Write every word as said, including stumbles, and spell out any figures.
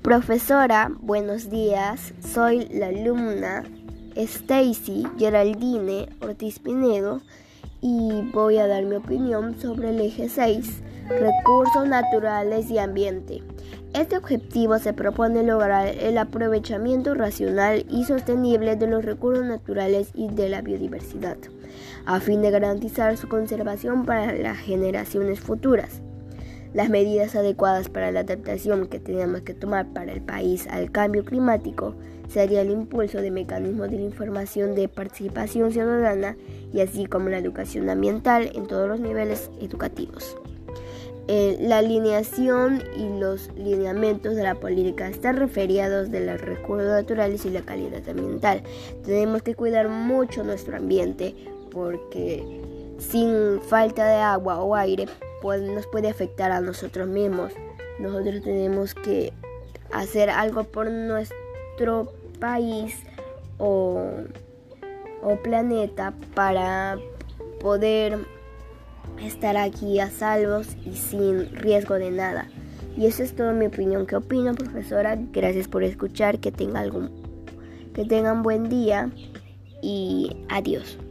Profesora, buenos días. Soy la alumna Stacy Geraldine Ortiz Pinedo y voy a dar mi opinión sobre el eje seis, recursos naturales y ambiente. Este objetivo se propone lograr el aprovechamiento racional y sostenible de los recursos naturales y de la biodiversidad, a fin de garantizar su conservación para las generaciones futuras. Las medidas adecuadas para la adaptación que tenemos que tomar para el país al cambio climático sería el impulso de mecanismos de la información de participación ciudadana y así como la educación ambiental en todos los niveles educativos. Eh, la alineación y los lineamientos de la política están referidos de los recursos naturales y la calidad ambiental. Tenemos que cuidar mucho nuestro ambiente porque sin falta de agua o aire pues, nos puede afectar a nosotros mismos. Nosotros tenemos que hacer algo por nuestro país o, o planeta para poder estar aquí a salvos y sin riesgo de nada. Y eso es toda mi opinión. ¿Qué opina, profesora? Gracias por escuchar. Que tenga algún, que tengan buen día y adiós.